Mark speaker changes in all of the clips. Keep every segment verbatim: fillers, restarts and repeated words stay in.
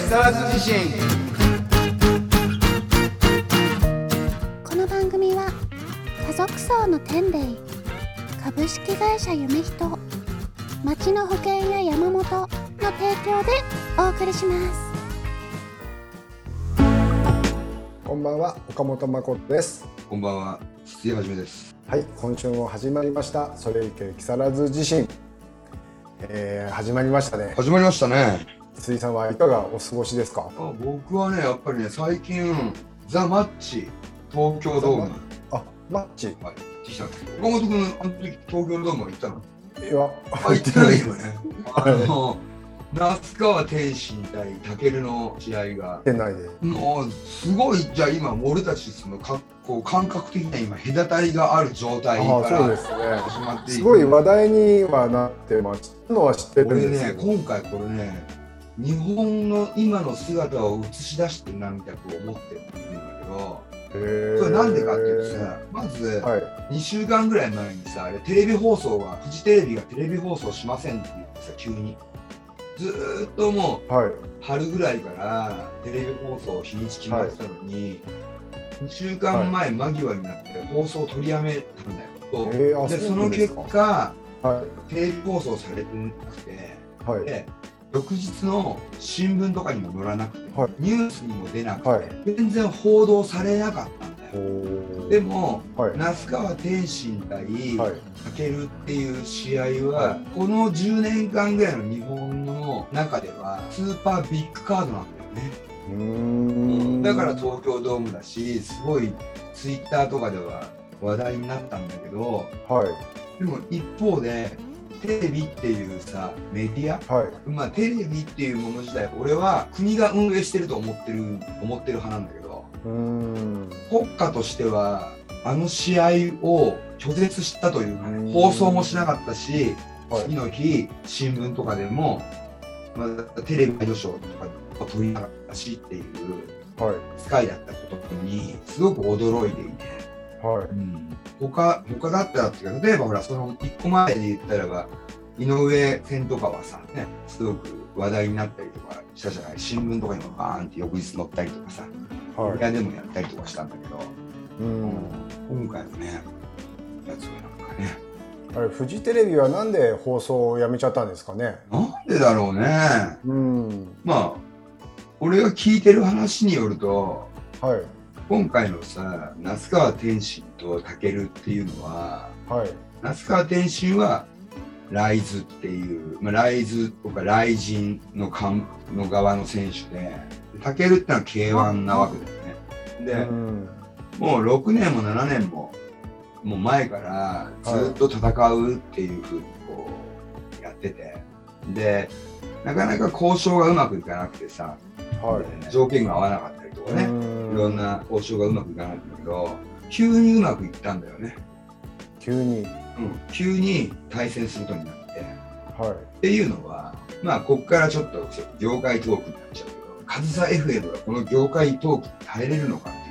Speaker 1: 更津地震。
Speaker 2: この番組は家族層の天霊、株式会社夢人、町の保険や山本の提供でお送りします。
Speaker 3: こんばんは、岡本誠です。
Speaker 1: こんばんは、筒井はじめです。
Speaker 3: はい、今週も始まりましたそれいけ木更津地震、えー、始まりましたね。
Speaker 1: 始まりましたね。
Speaker 3: 筒井さんはいかがお過ごしですか？
Speaker 1: あ、僕はね、やっぱりね、最近ザ・マッチ東京ドーム、
Speaker 3: あ、マッチ、
Speaker 1: はい、行ってきたんですけど、岡本君、あの時東京ドームは行ったの？
Speaker 3: いや、
Speaker 1: あ、行ってないよね。あの那須川天心対武の試合が
Speaker 3: 店内で
Speaker 1: もうすごい。じゃあ今俺たちそのかこう感覚的な今隔たりがある状態から始まっていく。
Speaker 3: すごい話題にはなってますのは知ってるんですけど、
Speaker 1: 俺ね、今回これね、日本の今の姿を映し出してるなみたいな思ってるんだけど、それなんでかっていうとさ、まず、はい、にしゅうかんぐらい前にさ、あれテレビ放送がフジテレビがテレビ放送しませんって言ってさ、急にずーっともう、はい、春ぐらいからテレビ放送日にち決まってたのに、はい、にしゅうかんまえ間際になって放送を取りやめたんだよ、えー、でその結果、はい、テレビ放送されてなくて、はい、で翌日の新聞とかにも載らなくて、はい、ニュースにも出なくて、はい、全然報道されなかったんだよ。でも、はい、那須川天心対武っていう試合は、はい、このじゅうねんかんぐらいの日本の中ではスーパービッグカードなんだよね。うーん、だから東京ドームだし、すごいツイッターとかでは話題になったんだけど、はい、でも一方でテレビっていうさメディア、はい、まあテレビっていうもの自体、俺は国が運営してると思ってる思ってる派なんだけど、うーん、国家としてはあの試合を拒絶したというかね、放送もしなかったし、はい、次の日新聞とかでも、まあ、テレビワイドショーとかを取りなかったしっていう使いだったことにすごく驚いていて。はい、うん、他, 他だったらっていうか、例えばほらそのいっこまえで言ったらば井上戦とかはさ、ね、すごく話題になったりとかしたじゃない。新聞とかにもバーンって翌日載ったりとかさ、はい、メディアでもやったりとかしたんだけど、うん、今回のねやつはなんかね、
Speaker 3: あれフジテレビはなんで放送をやめちゃったんですかね。
Speaker 1: なんでだろうね、うん、まあ俺が聞いてる話によると、はい、今回のさ那須川天心と武っていうのは、はい、那須川天心はライズっていう、まあ、ライズとかライジン の, の側の選手で、武ってのは ケーワン なわけだよね。で、うん、もうろくねんもななねんももう前からずっと戦うっていうふうにこうやってて、でなかなか交渉がうまくいかなくてさ、はい、条件が合わなかったりとかね、いろんな交渉がうまくいかないんだけど、急にうまくいったんだよね。
Speaker 3: 急に、うん、
Speaker 1: 急に対戦することになって、はい、っていうのはまあここからちょっと業界トークになっちゃうけど、カズサ エフエム がこの業界トークに耐えれるのかって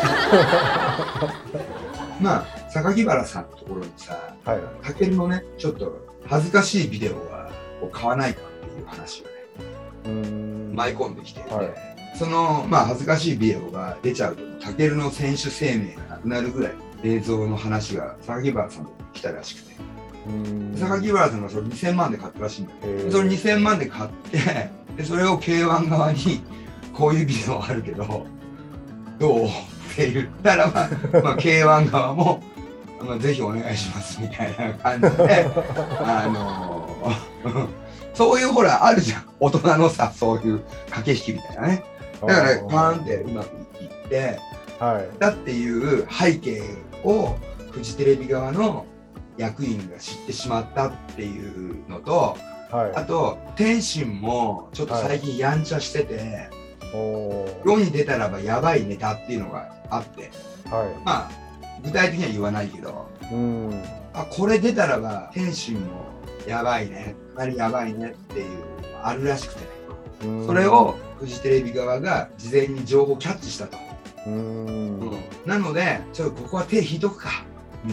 Speaker 1: いうまあ榊原さんのところにさ、はい、武のねちょっと恥ずかしいビデオは買わないかっていう話をね、うーん舞い込んできていて、はい、そのまあ恥ずかしいビデオが出ちゃうと武の選手生命がなくなるぐらい映像の話が榊原さんのとこに来たらしくて、榊原さんがそれにせんまんで買ったらしいんだよ。それにせんまんで買ってでそれを ケーワン 側にこういうビデオあるけどどうって言ったら、まあまあ、ケーワン 側も、まあ、ぜひお願いしますみたいな感じであのー、そういうほらあるじゃん、大人のさそういう駆け引きみたいなね。だからパーンってうまくいって、はい、だっていう背景をフジテレビ側の役員が知ってしまったっていうのと、はい、あと天心もちょっと最近やんちゃしてて、はい、世に出たらばやばいネタっていうのがあって、はい、まあ具体的には言わないけど、うん、あこれ出たらば天心もやばいね、かなりやばいねっていうのがあるらしくてね、うん、それをフジテレビ側が事前に情報をキャッチしたと。うん、うん、なのでちょっとここは手引いとくかみたいな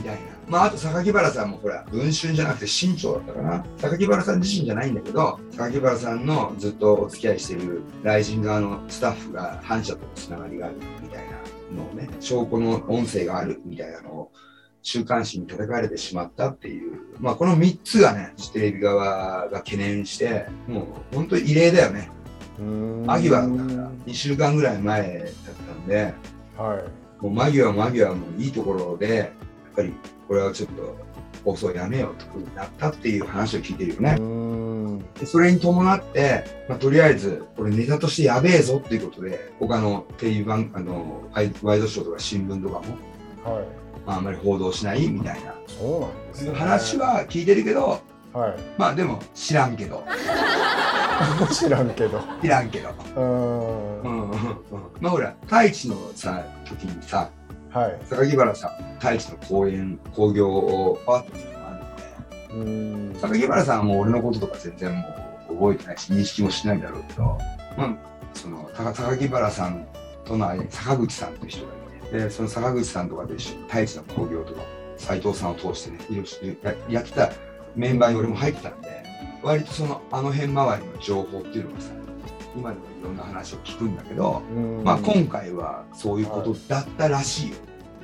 Speaker 1: まああと榊原さんもほら文春じゃなくて新潮だったかな。榊原さん自身じゃないんだけど、榊原さんのずっとお付き合いしてるライジン側のスタッフが反社とのつながりがあるみたいなのをね、証拠の音声があるみたいなのを週刊誌に叩かれてしまったっていう、まあこのみっつがね、フジテレビ側が懸念して、もう本当に異例だよね。間際だからにしゅうかんぐらい前だったんで、はい、もう間際間際もいいところで、やっぱりこれはちょっと放送やめようとなったっていう話を聞いてるよね。うんでそれに伴って、まあ、とりあえずこれネタとしてやべえぞっていうことで、他のテレビ番あのワイドショーとか新聞とかも、はいまあ、あんまり報道しないみたいな、そうなんですね、話は聞いてるけど、はい、まあでも知らんけど
Speaker 3: 知らんけど
Speaker 1: 知らんけどうんうんうんまあほら太一のさ時にさ、はい、榊原さん太一の公演興行をパーッとするのがあるので、うん榊原さんはもう俺のこととか全然もう覚えてないし認識もしてないんだろうけど、まあ、その榊原さんとの間に坂口さんという人がいて、でその坂口さんとかで一緒に太一の興行とか斉藤さんを通してねいろいろ や, やってたメンバーに俺も入ってたんで、割とそのあの辺周りの情報っていうのがさ、今でもいろんな話を聞くんだけど、まあ今回はそういうことだったらしいよ。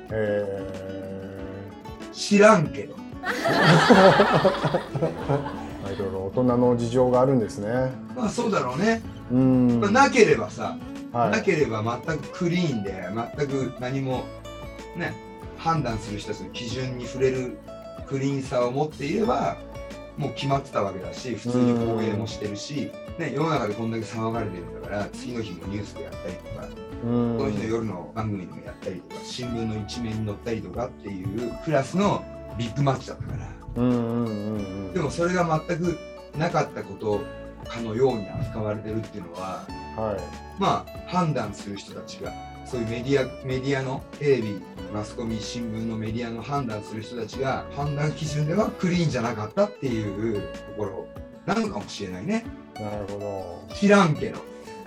Speaker 1: へー知らんけど
Speaker 3: いろいろ大人の事情があるんですね。
Speaker 1: まあそうだろうね。うん、まあ、なければさ、はい、なければ全くクリーンで全く何もね判断する人たちの基準に触れるクリーンさを持っていればもう決まってたわけだし、普通に放映もしてるし、ね、世の中でこんだけ騒がれてるんだから次の日もニュースでやったりとか、この日の夜の番組でもやったりとか、新聞の一面に載ったりとかっていうクラスのビッグマッチだったから、でもそれが全くなかったことかのように扱われてるっていうのは、はい、まあ判断する人たちがそういうメディアメディアのテレビマスコミ新聞のメディアの判断する人たちが判断基準ではクリーンじゃなかったっていうところなのかもしれないね。
Speaker 3: なるほ
Speaker 1: ど。知らんけど。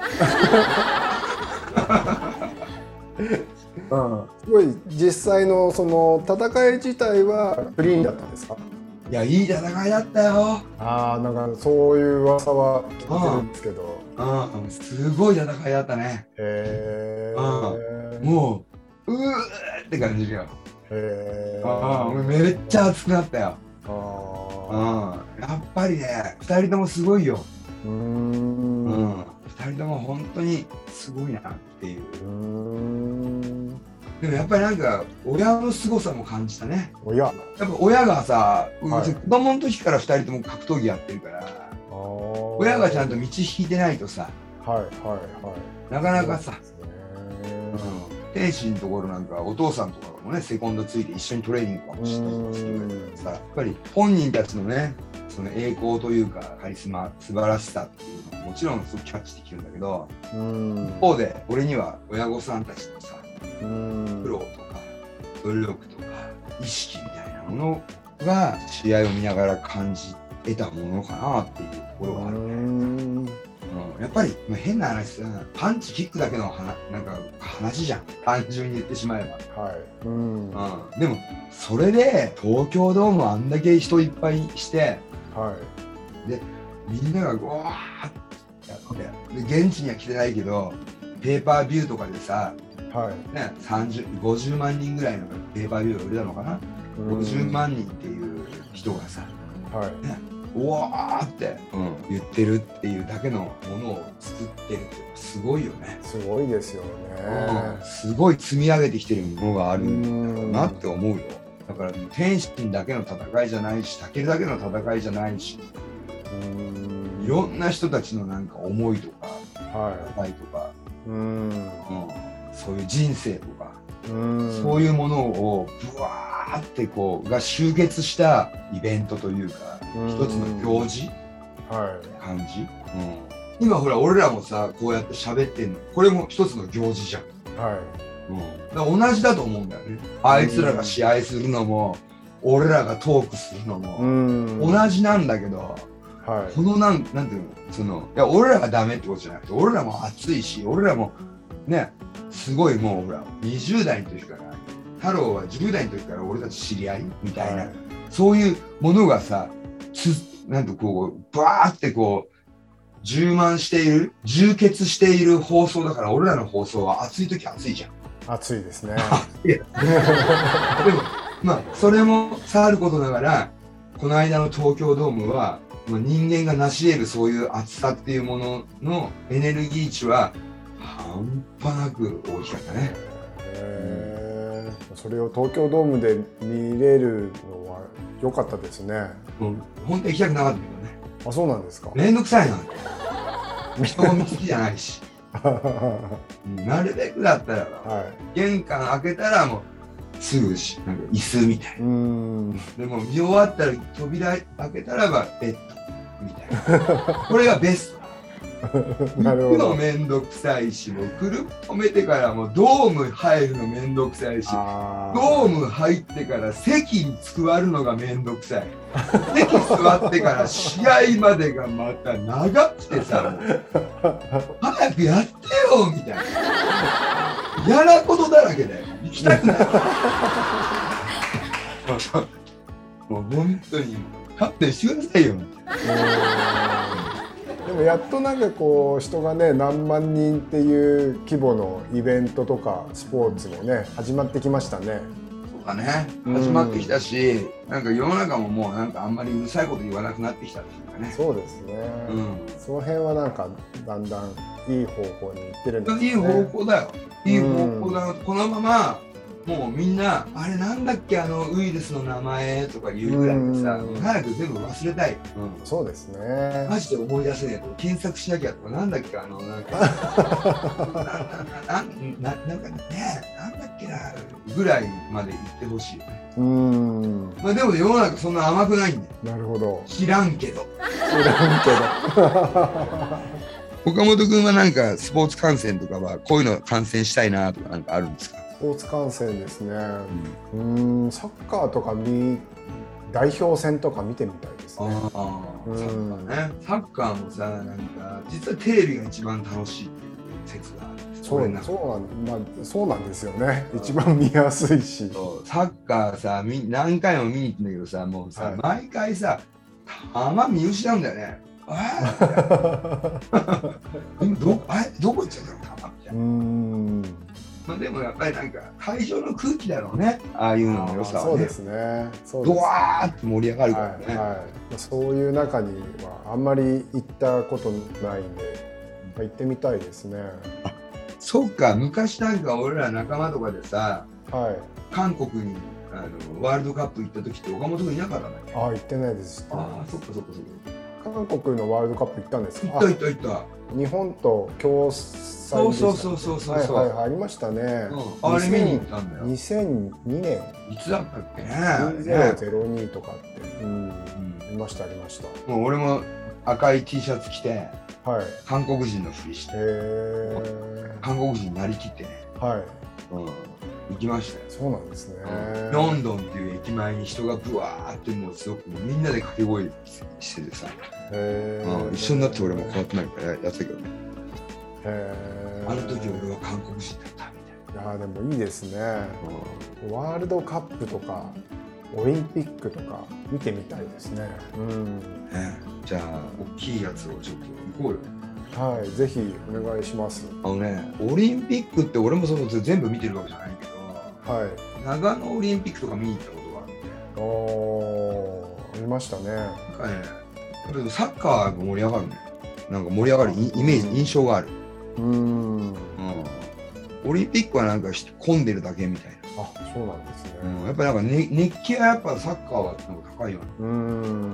Speaker 3: うん、すごい実際のその戦い自体はクリーンだったんですか？
Speaker 1: いや、いい戦いだったよ。
Speaker 3: ああ、なんかそういう噂は聞いてるんですけど、
Speaker 1: うんうん、すごい戦いだったね。へえ、もううーって感じよ。へえ、めっちゃ熱くなったよ。ああ、やっぱりね、ふたりともすごいよ。うーん、うん、ふたりとも本当にすごいなっていう。うーん、でもやっぱりなんか親の凄さも感じたね。親やっぱ親がさ、はい、子供の時からふたりとも格闘技やってるから、親がちゃんと道引いてないとさ、はいはいはい、なかなかさ、天心のところなんかお父さんとかもねセコンドついて一緒にトレーニングかもしれないですけどさ、やっぱり本人たちのねその栄光というかカリスマ素晴らしさっていうのももちろんすごくキャッチできるんだけど、一方で俺には親御さんたちのさ苦労とか努力とか意識みたいなものが試合を見ながら感じ得たものかなっていうところがあるね。うんやっぱり、まあ、変な話さ、パンチキックだけの話なんか話じゃん、単純に言ってしまえば。はい、うんうん、でもそれで東京ドームあんだけ人いっぱいして、はい、でみんながゴワーってやってで現地には来てないけどペーパービューとかでさ、はいね、さんじゅう、ごじゅうまんにんぐらいのペーパービューが売れたのかな、ごじゅうまんにんっていう人がさ、はいね、うわーって、うん、言ってるっていうだけのものを作ってるってすごいよね。
Speaker 3: すごいですよね、
Speaker 1: うん、すごい積み上げてきてるものがあるんだろうなって思うよ。だから天心だけの戦いじゃないし、武尊だけの戦いじゃないし、うんいろんな人たちのなんか思いとか、はい、戦いとか、うん、うん、そういう人生とか、うんそういうものをブワーってこうが集結したイベントというか一つの行事、はい、感じ、うん、今ほら俺らもさこうやって喋ってんのこれも一つの行事じゃん、はいうん、だから同じだと思うんだよね。あいつらが試合するのも俺らがトークするのも同じなんだけど、はい、このなんなんていうのそのいや俺らがダメってことじゃなくて俺らも熱いし俺らもねすごいもうほらにじゅう代の時から太郎はじゅう代の時から俺たち知り合いみたいな、はい、そういうものがさ、つなんかこうバーってこう充満している、充血している放送だから、俺らの放送は暑い時暑いじゃん。
Speaker 3: 暑いですね。
Speaker 1: でもまあそれもさることながら、この間の東京ドームは、まあ、人間が成し得るそういう暑さっていうもののエネルギー値は半端なく大きかったね。
Speaker 3: へー、それを東京ドームで見れるのは良かったですね。
Speaker 1: うん、本当は行きたくなかったけどね。
Speaker 3: あ、そうなんですか。
Speaker 1: めんどくさいなんだよ。人混み好きじゃないし。なるべくだったらば、はい、玄関開けたらもうすぐしなんか椅子みたいな。うん、でも見終わったら扉開けたらばベッドみたいな。これがベスト。
Speaker 3: なるほど。
Speaker 1: 行くのめんどくさいし、もう車止めてからもうドーム入るのめんどくさいし、ドーム入ってから席に座るのがめんどくさい。席座ってから試合までがまた長くてさ、もう早くやってよみたいな。やらことだらけで行きたくない。もう本当に勝手にしてくださいよみたいな。
Speaker 3: でもやっとなんかこう人がね何万人っていう規模のイベントとかスポーツもね始まってきましたね。
Speaker 1: そうかね、始まってきたし、うん、なんか世の中ももうなんかあんまりうるさいこと言わなくなってきたっていうかね。
Speaker 3: そうですね、うん、その辺はなんかだんだんいい方向にいってるんですね。
Speaker 1: いい方向だよ、いい方向だよ、うん、このままもうみんなあれなんだっけあのウイルスの名前とか言うぐらいでさ、うん、早く全部忘れたい、うん、
Speaker 3: そうですね。
Speaker 1: マジで思い出せねえと検索しなきゃとかなんだっけあのなんかな, な, な, なんかねなんだっけなぐらいまで言ってほしいよね。うん、まあでも世の中そんな甘くないんだよ。
Speaker 3: なるほど。
Speaker 1: 知らんけど
Speaker 3: 知らんけど
Speaker 1: 岡本君はなんかスポーツ観戦とかはこういうの観戦したいなとかなんかあるんですか？
Speaker 3: スポーツ観戦ですね、うん、うんサッカーとか見代表戦とか見てみたいですね。ああ、
Speaker 1: うん、サッカーね。サッカーもさなんか実はテレビが一番楽しいっていう説があるんです。
Speaker 3: そうそうなん、まあ、そうなんですよね。一番見やすいし。
Speaker 1: そうサッカーさ何回も見に行ってんだけどさもうさ、はい、毎回さ球見失うんだよね。あれどあれどこ行っちゃったの球みたいな。うんまあ、でもやっぱりなんか会場の空気だろうね、ああいうのの良さはね。
Speaker 3: そうですね。
Speaker 1: ドワーって盛り上がるからね、はいはい、
Speaker 3: そういう中にはあんまり行ったことないんで、まあ、行ってみたいですね。
Speaker 1: あ、そうか、昔なんか俺ら仲間とかでさ、はい、韓国にあのワールドカップ行った時って岡本君いなかったんだっけ？
Speaker 3: ああ、行ってないです。
Speaker 1: ああ、そっかそっかそっか。
Speaker 3: 韓国のワールドカップ行ったんですか？
Speaker 1: 行った行った行った。
Speaker 3: 日本と共催
Speaker 1: そうそうそうそうそうそう、
Speaker 3: はいはい、ありましたね、
Speaker 1: うん、あれ見に行ったんだよ。
Speaker 3: にせんにねん
Speaker 1: いつだったっけね。
Speaker 3: にせんにとかって、うん、ありましたありました。
Speaker 1: もう俺も赤い T シャツ着て、はい、韓国人のふりして、韓国人になりきってね、はい、うん、行きましたよ。
Speaker 3: そうなんですね、
Speaker 1: うん、ロンドンっていう駅前に人がブワーってもうすごくみんなで掛け声しててさ、へー、うん、一緒になって俺も変わってないからやってたけどね。へー、あの時俺は韓国人だったみたいな。
Speaker 3: いやでもいいですね、うん、ワールドカップとかオリンピックとか見てみたいですね、うん、
Speaker 1: ね、じゃあ大きいやつをちょっと行こうよ。
Speaker 3: はい、ぜひお願いします。
Speaker 1: あのね、オリンピックって俺もその全部見てるわけじゃないけど、はい、長野オリンピックとか見に行ったことがあって。
Speaker 3: おー、ありましたね。なんか
Speaker 1: ね、サッカーが盛り上がるね。なんか盛り上がるイメージ、印象がある。うん、うん、オリンピックはなんか混んでるだけみたいな。
Speaker 3: あ、そうなんですね、
Speaker 1: うん、やっぱなんか、ね、熱気はやっぱサッカーはなんか高いよね。うん、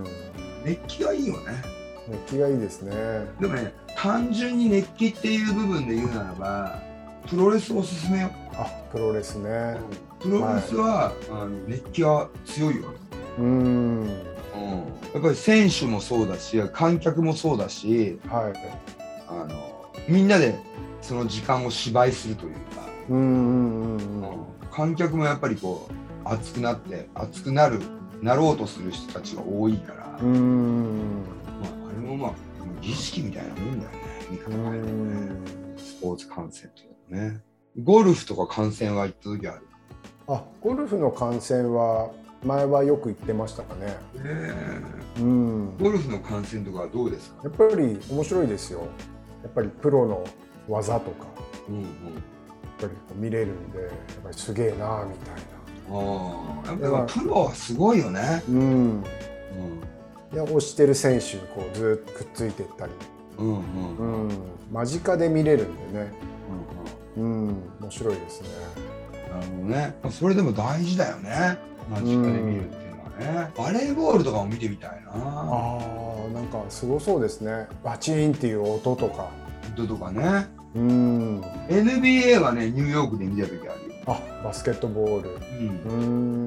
Speaker 1: 熱気がいいよね。
Speaker 3: 熱気がいいですね。
Speaker 1: でもね、単純に熱気っていう部分で言うならばプロレスおすすめよ。
Speaker 3: あ、プロレスね、
Speaker 1: うん、プロレスは、はい、あの熱気は強いよ。うん、うん、やっぱり選手もそうだし観客もそうだし、はい、あのみんなでその時間を芝居するというか、うんうんうんうん、観客もやっぱりこう熱くなって熱くなるなろうとする人たちが多いから、うん、まあ、あれもまあ儀式みたいなもんだよね、見方がね。スポーツ観戦というのね。ゴルフとか観戦は行った時ある？
Speaker 3: あ、ゴルフの観戦は前はよく行ってましたかね。
Speaker 1: えー、
Speaker 3: うん、
Speaker 1: ゴルフの観戦とかはどうですか？
Speaker 3: やっぱり面白いですよ。やっぱりプロの技とか、
Speaker 1: うんうん、やっ
Speaker 3: ぱり見れるんで、やっぱりすげえなみたいな。
Speaker 1: ああ、やっぱプロはすごいよね。
Speaker 3: うん。うん、
Speaker 1: い
Speaker 3: や、推してる選手にこうずっとくっついていったり、
Speaker 1: うんうん
Speaker 3: うん、間近で見れるんでね。
Speaker 1: うんうん、
Speaker 3: うん、面白いですね。
Speaker 1: なるほどね。それでも大事だよね。間近で見るっていうのはね。バレーボールとかも見てみたいな。
Speaker 3: ああ、なんかすごそうですね。バチーンっていう音とか。
Speaker 1: 音とかね。
Speaker 3: うん。
Speaker 1: エヌビーエー はね、ニューヨークで見た時あるよ。
Speaker 3: あ、バスケットボール。うん。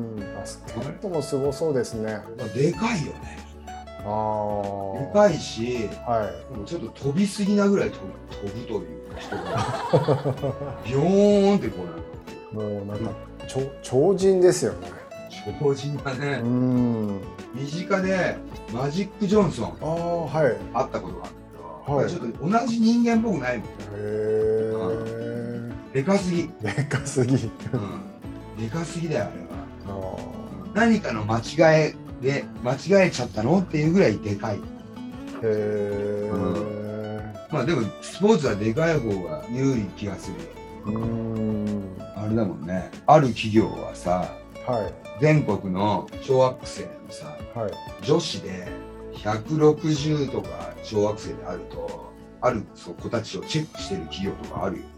Speaker 3: うん、バスケットもすごそうですね。
Speaker 1: でかいよね。
Speaker 3: ああ。
Speaker 1: でかいし、
Speaker 3: はい。
Speaker 1: でもちょっと飛びすぎなぐらい飛ぶ、飛ぶというか人がビヨーンってこ
Speaker 3: うなんかもうなんか、うん、超超人ですよね。
Speaker 1: 超人だね。
Speaker 3: うん。
Speaker 1: 身近でマジック・ジョンソン、
Speaker 3: ああ、はい、
Speaker 1: 会ったことがあるんだけど、
Speaker 3: はい、
Speaker 1: ちょっと同じ人間っぽくないもん。へ
Speaker 3: え。
Speaker 1: でかすぎ。
Speaker 3: でかすぎ。うん。
Speaker 1: でかすぎだよあれは。あ、何かの間違えで間違えちゃったのっていうぐらいでかい。へ
Speaker 3: え、うん。
Speaker 1: まあでもスポーツはでかい方が有利気がするよ。うん。あれだもんね。ある企業はさ、はい、全国の小学生のさ、はい、女子でひゃくろくじゅうとか小学生であると、あるそう子たちをチェックしてる企業とかあるよ。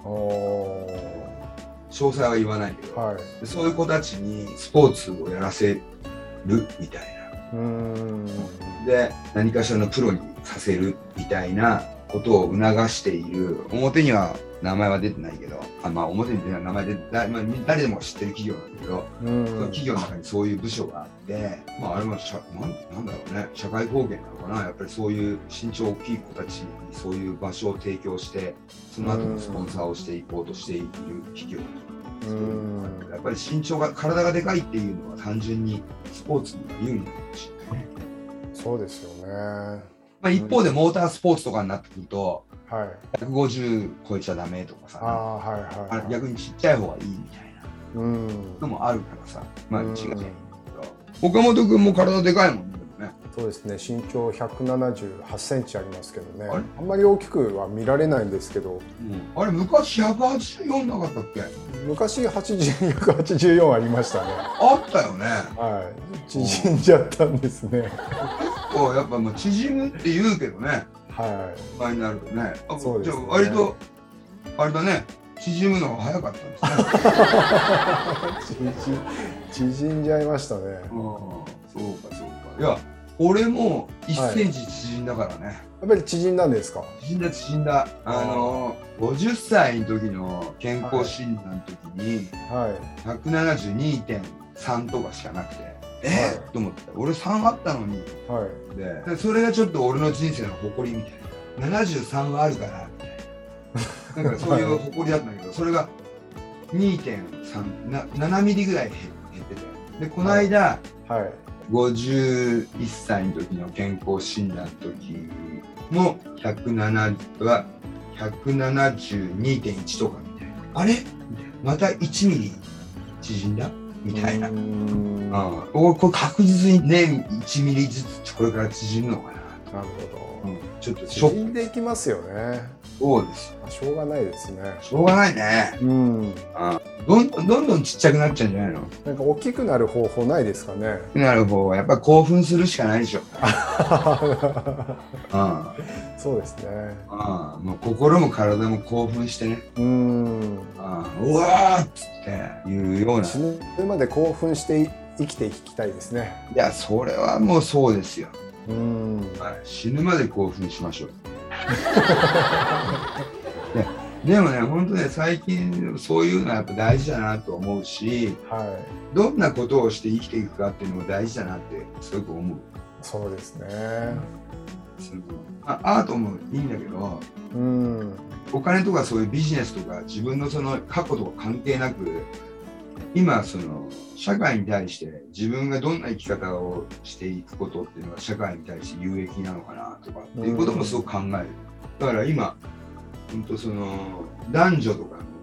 Speaker 1: 詳細は言わないけど、はい、そういう子たちにスポーツをやらせるみたいな。うーんで、何かしらのプロにさせるみたいなことを促している、表には名前は出てないけど、あ、まあ表に出ない名前で、だ、まあ、誰でも知ってる企業なんだけど、その企業の中にそういう部署があって、まああれは社なん、なんだろうね、社会貢献なのかな、やっぱりそういう身長大きい子たちにそういう場所を提供して、その後もスポンサーをしていこうとしている企業。やっぱり身長が、体がでかいっていうのは単純にスポーツに有利なのかもしれないね。
Speaker 3: そうですよね。
Speaker 1: まあ一方でモータースポーツとかになってくると、
Speaker 3: はい、
Speaker 1: ひゃくごじゅう超えちゃダメとかさ、
Speaker 3: あ、はいはいはい、
Speaker 1: あ、逆にちっちゃい方がいいみたいなのもあるからさ、まあ違うけど、岡本君も体でかいもんね。
Speaker 3: そうですね、身長ひゃくななじゅうはちセンチありますけどね、あ, あんまり大きくは見られないんですけど、うん、
Speaker 1: あれ昔ひゃくはちじゅうよんなかったっけ？
Speaker 3: 昔はちじゅう、ひゃくはちじゅうよんありましたね。
Speaker 1: あったよね。
Speaker 3: はい、縮んじゃったんですね。
Speaker 1: 結構やっぱもう縮むって言うけどね。
Speaker 3: はい。
Speaker 1: 前になるとね。あ、
Speaker 3: そうですね。
Speaker 1: じゃあ割とあれだね。縮むのが早かったんですね。
Speaker 3: 縮, 縮んじゃいましたね。
Speaker 1: ああ、そうかそうか。いや、俺もいっセンチ縮んだからね。はい、
Speaker 3: やっぱり縮んだんですか？
Speaker 1: 縮んだ縮んだ。あのごじゅっさいの時の健康診断の時に、はい、ひゃくななじゅうにてんさんとかしかなくて、えー、はい、と思って、俺さんあったのに、はい、でそれがちょっと俺の人生の誇りみたいな。ななじゅうさんはあるからみたいな。なんかそういう誇りだったんだけど、それが にてんさん、なななミリぐらい減ってて、でこの間、はいはい、ごじゅういっさいの時の健康診断の時もひゃくななは ひゃくななじゅうにてんいち とかみたいな。あれまたいちミリ縮んだみたいな。うん、これ確実に年いちミリずつこれから縮むのかな。
Speaker 3: なるほど。うん、
Speaker 1: ちょっと
Speaker 3: 縮んでいきますよね。
Speaker 1: そうですよ。
Speaker 3: しょうがないですね。
Speaker 1: しょうがないね。うん。あ、どんどんどんどんちっちゃくなっちゃうんじゃないの？
Speaker 3: なんか大きくなる方法ないですかね。
Speaker 1: 大きくなる方法はやっぱり興奮するしかないでしょ。
Speaker 3: ああ、そうですね。
Speaker 1: ああ、もう心も体も興奮してね。うん。ああ、うわーっつっていうような。
Speaker 3: 死ぬまで興奮して生きていきたいですね。
Speaker 1: いや、それはもうそうですよ。うん。はい、死ぬまで興奮しましょう。で, でもね、本当ね、最近そういうのはやっぱ大事だなと思うし、はい、どんなことをして生きていくかっていうのも大事だなってすごく思う。
Speaker 3: そうですね。
Speaker 1: すごい。あ、アートもいいんだけど、うん、お金とかそういうビジネスとか自分のその過去とか関係なく、今その社会に対して自分がどんな生き方をしていくことっていうのが社会に対して有益なのかなとかっていうこともすごく考える。だから今本当その男女とかの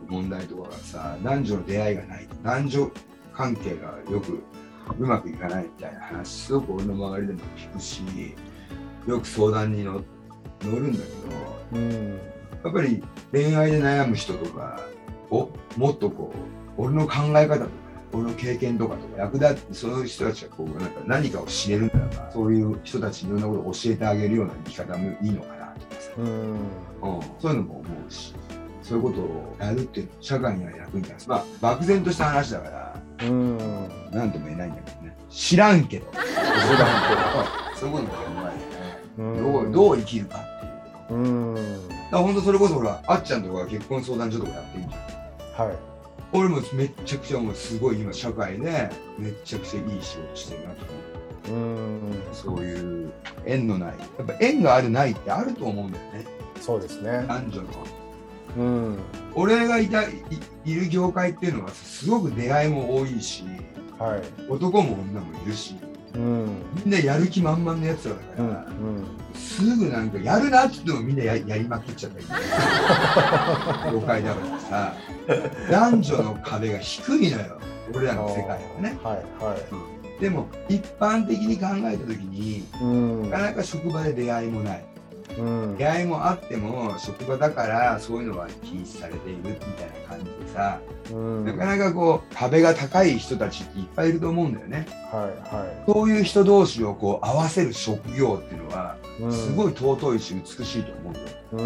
Speaker 1: 問題とかがさ、男女の出会いがない、男女関係がよくうまくいかないみたいな話、すごく俺の周りでも聞くし、よく相談に乗るんだけど、うん、やっぱり恋愛で悩む人とかをもっとこう俺の考え方とか俺の経験とかとか役立って、そういう人たちがこうなんか何かを知れるんだから、そういう人たちにいろんなことを教えてあげるような生き方もいいのかなとかさ、うん、うん、そういうのも思うし、そういうことをやるっていうのは社会には役に立つ。まあ漠然とした話だから、うん、なんとも言えないんだけどね。知らんけど知らんけどそういうことも考えてね、どう、どう生きるかっていう。うん、だからほんとそれこそほら、あっちゃんとかが結婚相談所とかやってるんじゃん。はい。俺もめっちゃくちゃもうすごい今社会でめっちゃくちゃいい仕事してるなと思う。うん、そういう縁のない、やっぱ縁があるないってあると思うんだよね。
Speaker 3: そうですね。
Speaker 1: 男女の。うん、俺がいた い, いる業界っていうのはすごく出会いも多いし、はい、男も女もいるし、うん、みんなやる気満々のやつらだから、うんうん、すぐなんかやるなって言ってもみんな や, やりまくっちゃったり業界だからさ、男女の壁が低いのよ俺らの世界はね、はいはい、うん、でも一般的に考えた時に、うん、なかなか職場で出会いもない、うん、出会いもあっても職場だからそういうのは禁止されているみたいな感じでさ、うん、なかなかこう壁が高い人たちっていっぱいいると思うんだよね、はいはい、そういう人同士をこう合わせる職業っていうのはすごい尊いし美しいと思うよ、うん、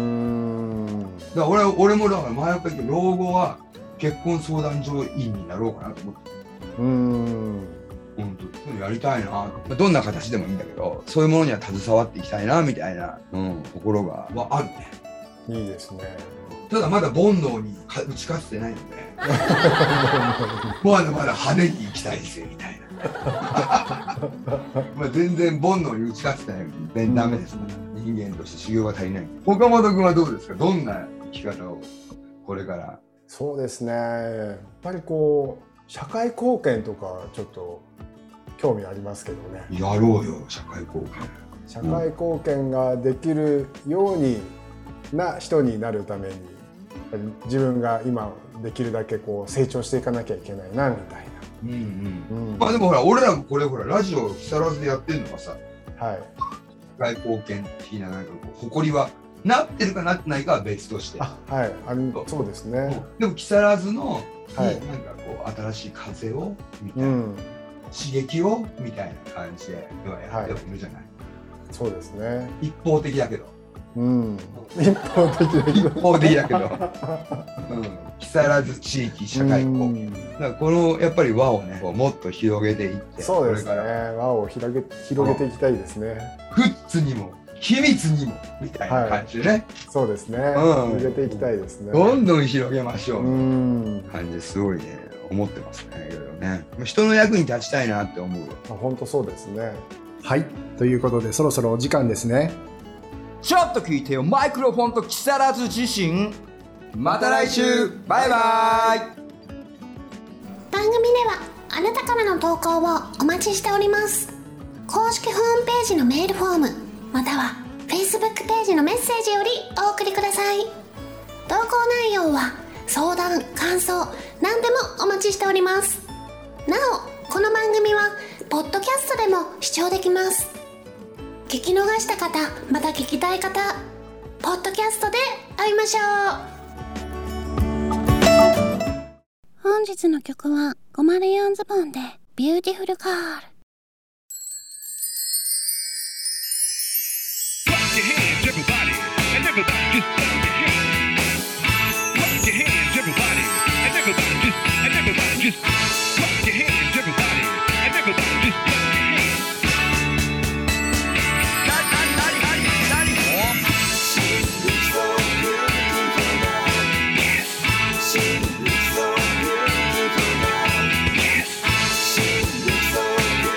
Speaker 1: だから 俺, 俺もだから前から言って老後は結婚相談所員になろうかなと思ってる。うん、本当そういうのやりたいな、どんな形でもいいんだけど、そういうものには携わっていきたいなみたいな、うん、ところがはあるね。い
Speaker 3: いですね。
Speaker 1: ただまだ煩悩に打ち勝つてないのでまだまだ派手に行きたいぜみたいなまあ全然煩悩に打ち勝つてないのでダメですね、うん、人間として修行が足りない。岡本君はどうですか、どんな生き方をこれから。
Speaker 3: そうですね、やっぱりこう社会貢献とかちょっと興味ありますけどね。
Speaker 1: やろうよ社会貢献。
Speaker 3: 社会貢献ができるようにな人になるために、やっぱり自分が今できるだけこう成長していかなきゃいけないなみたいな。うん
Speaker 1: うんうん、まあでもほら俺らもこれほらラジオ木更津でやってるのはさ、はい、社会貢献的ななんかこう誇りはなってるかなってないかは別として。あ、
Speaker 3: はい、あのそうですね。
Speaker 1: でも木更津の、はい、なんかこう新しい風をみたいな、うん、刺激をみたいな感じでやっているじゃない、はい、
Speaker 3: そうですね。
Speaker 1: 一方的だけど、
Speaker 3: うん、一方的だけど
Speaker 1: 一方的だけど、うん、木更津地域社会貢献、だからこのやっぱり輪をねこうもっと広げていって、
Speaker 3: そうですね、輪を広げ広げていきたいですね。
Speaker 1: 富津にも秘密にもみたいな感じでね、はい、
Speaker 3: そうですね、うん、広げていきたいですね。
Speaker 1: どんどん広げましょうみたいな感じですごいね思ってますね。いろいろね人の役に立ちたいなって思う。
Speaker 3: 本当そうですね。
Speaker 4: はい、ということでそろそろお時間ですね。
Speaker 5: ちょっと聞いてよマイクロフォンと木更津自身。また来週、バイバイ。
Speaker 2: 番組ではあなたからの投稿をお待ちしております。公式ホームページのメールフォームまたは Facebook ページのメッセージよりお送りください。投稿内容は相談、感想何でもお待ちしております。なおこの番組はポッドキャストでも視聴できます。聞き逃した方また聞きたい方、ポッドキャストで会いましょう。本日の曲はごまるよんズボンでビューティフルカール。
Speaker 6: Your hands, everybody, and everybody just clap your hands. Clap your hands, everybody, and everybody just, and everybody just clap your hands, everybody, and everybody just clap your hands. Not, not, not, not, not anymore. She looks so beautiful now. Yes. She looks so beautiful now. Yes. She looks so beautiful.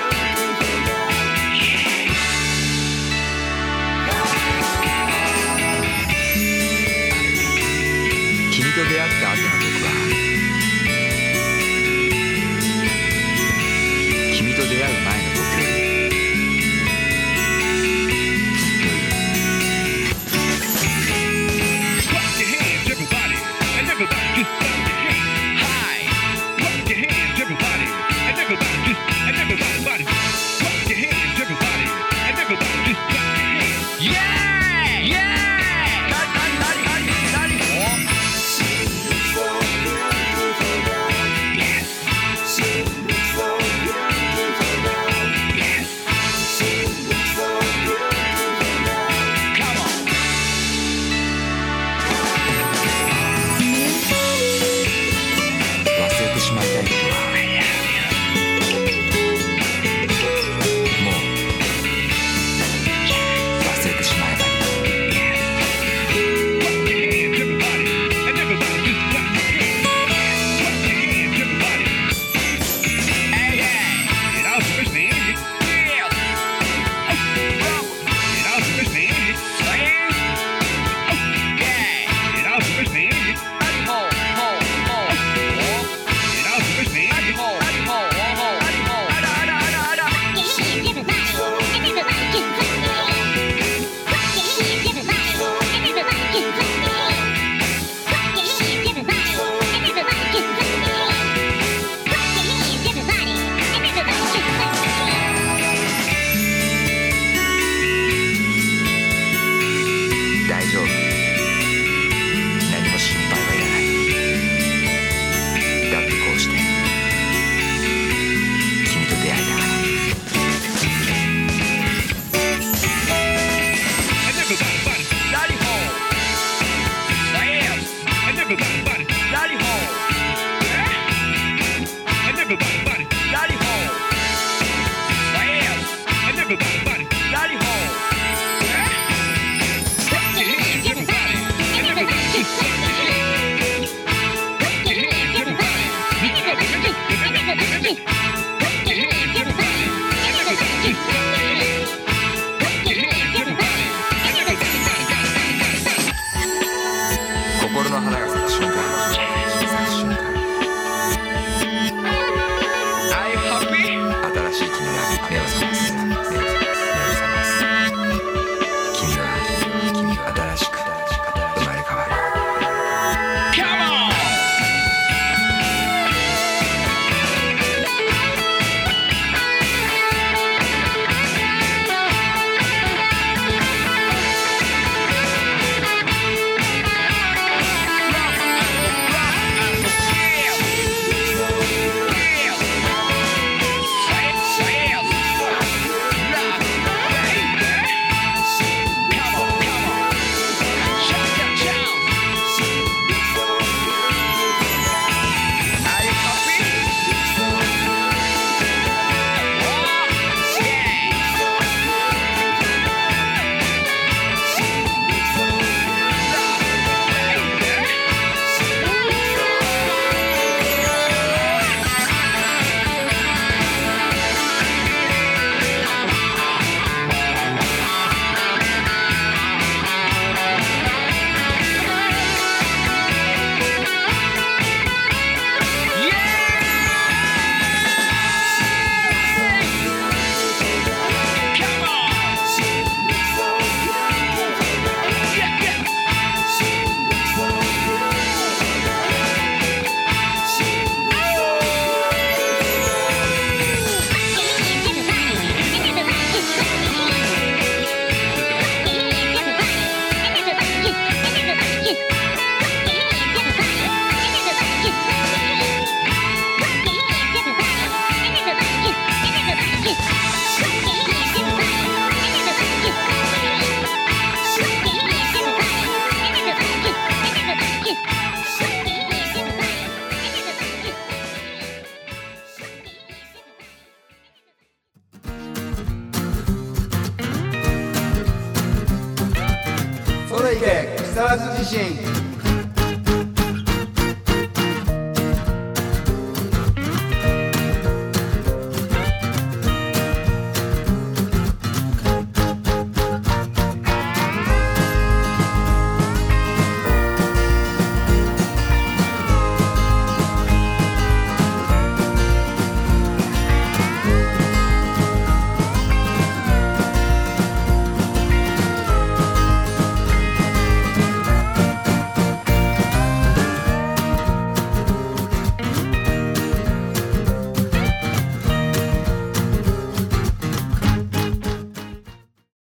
Speaker 5: て木更津地震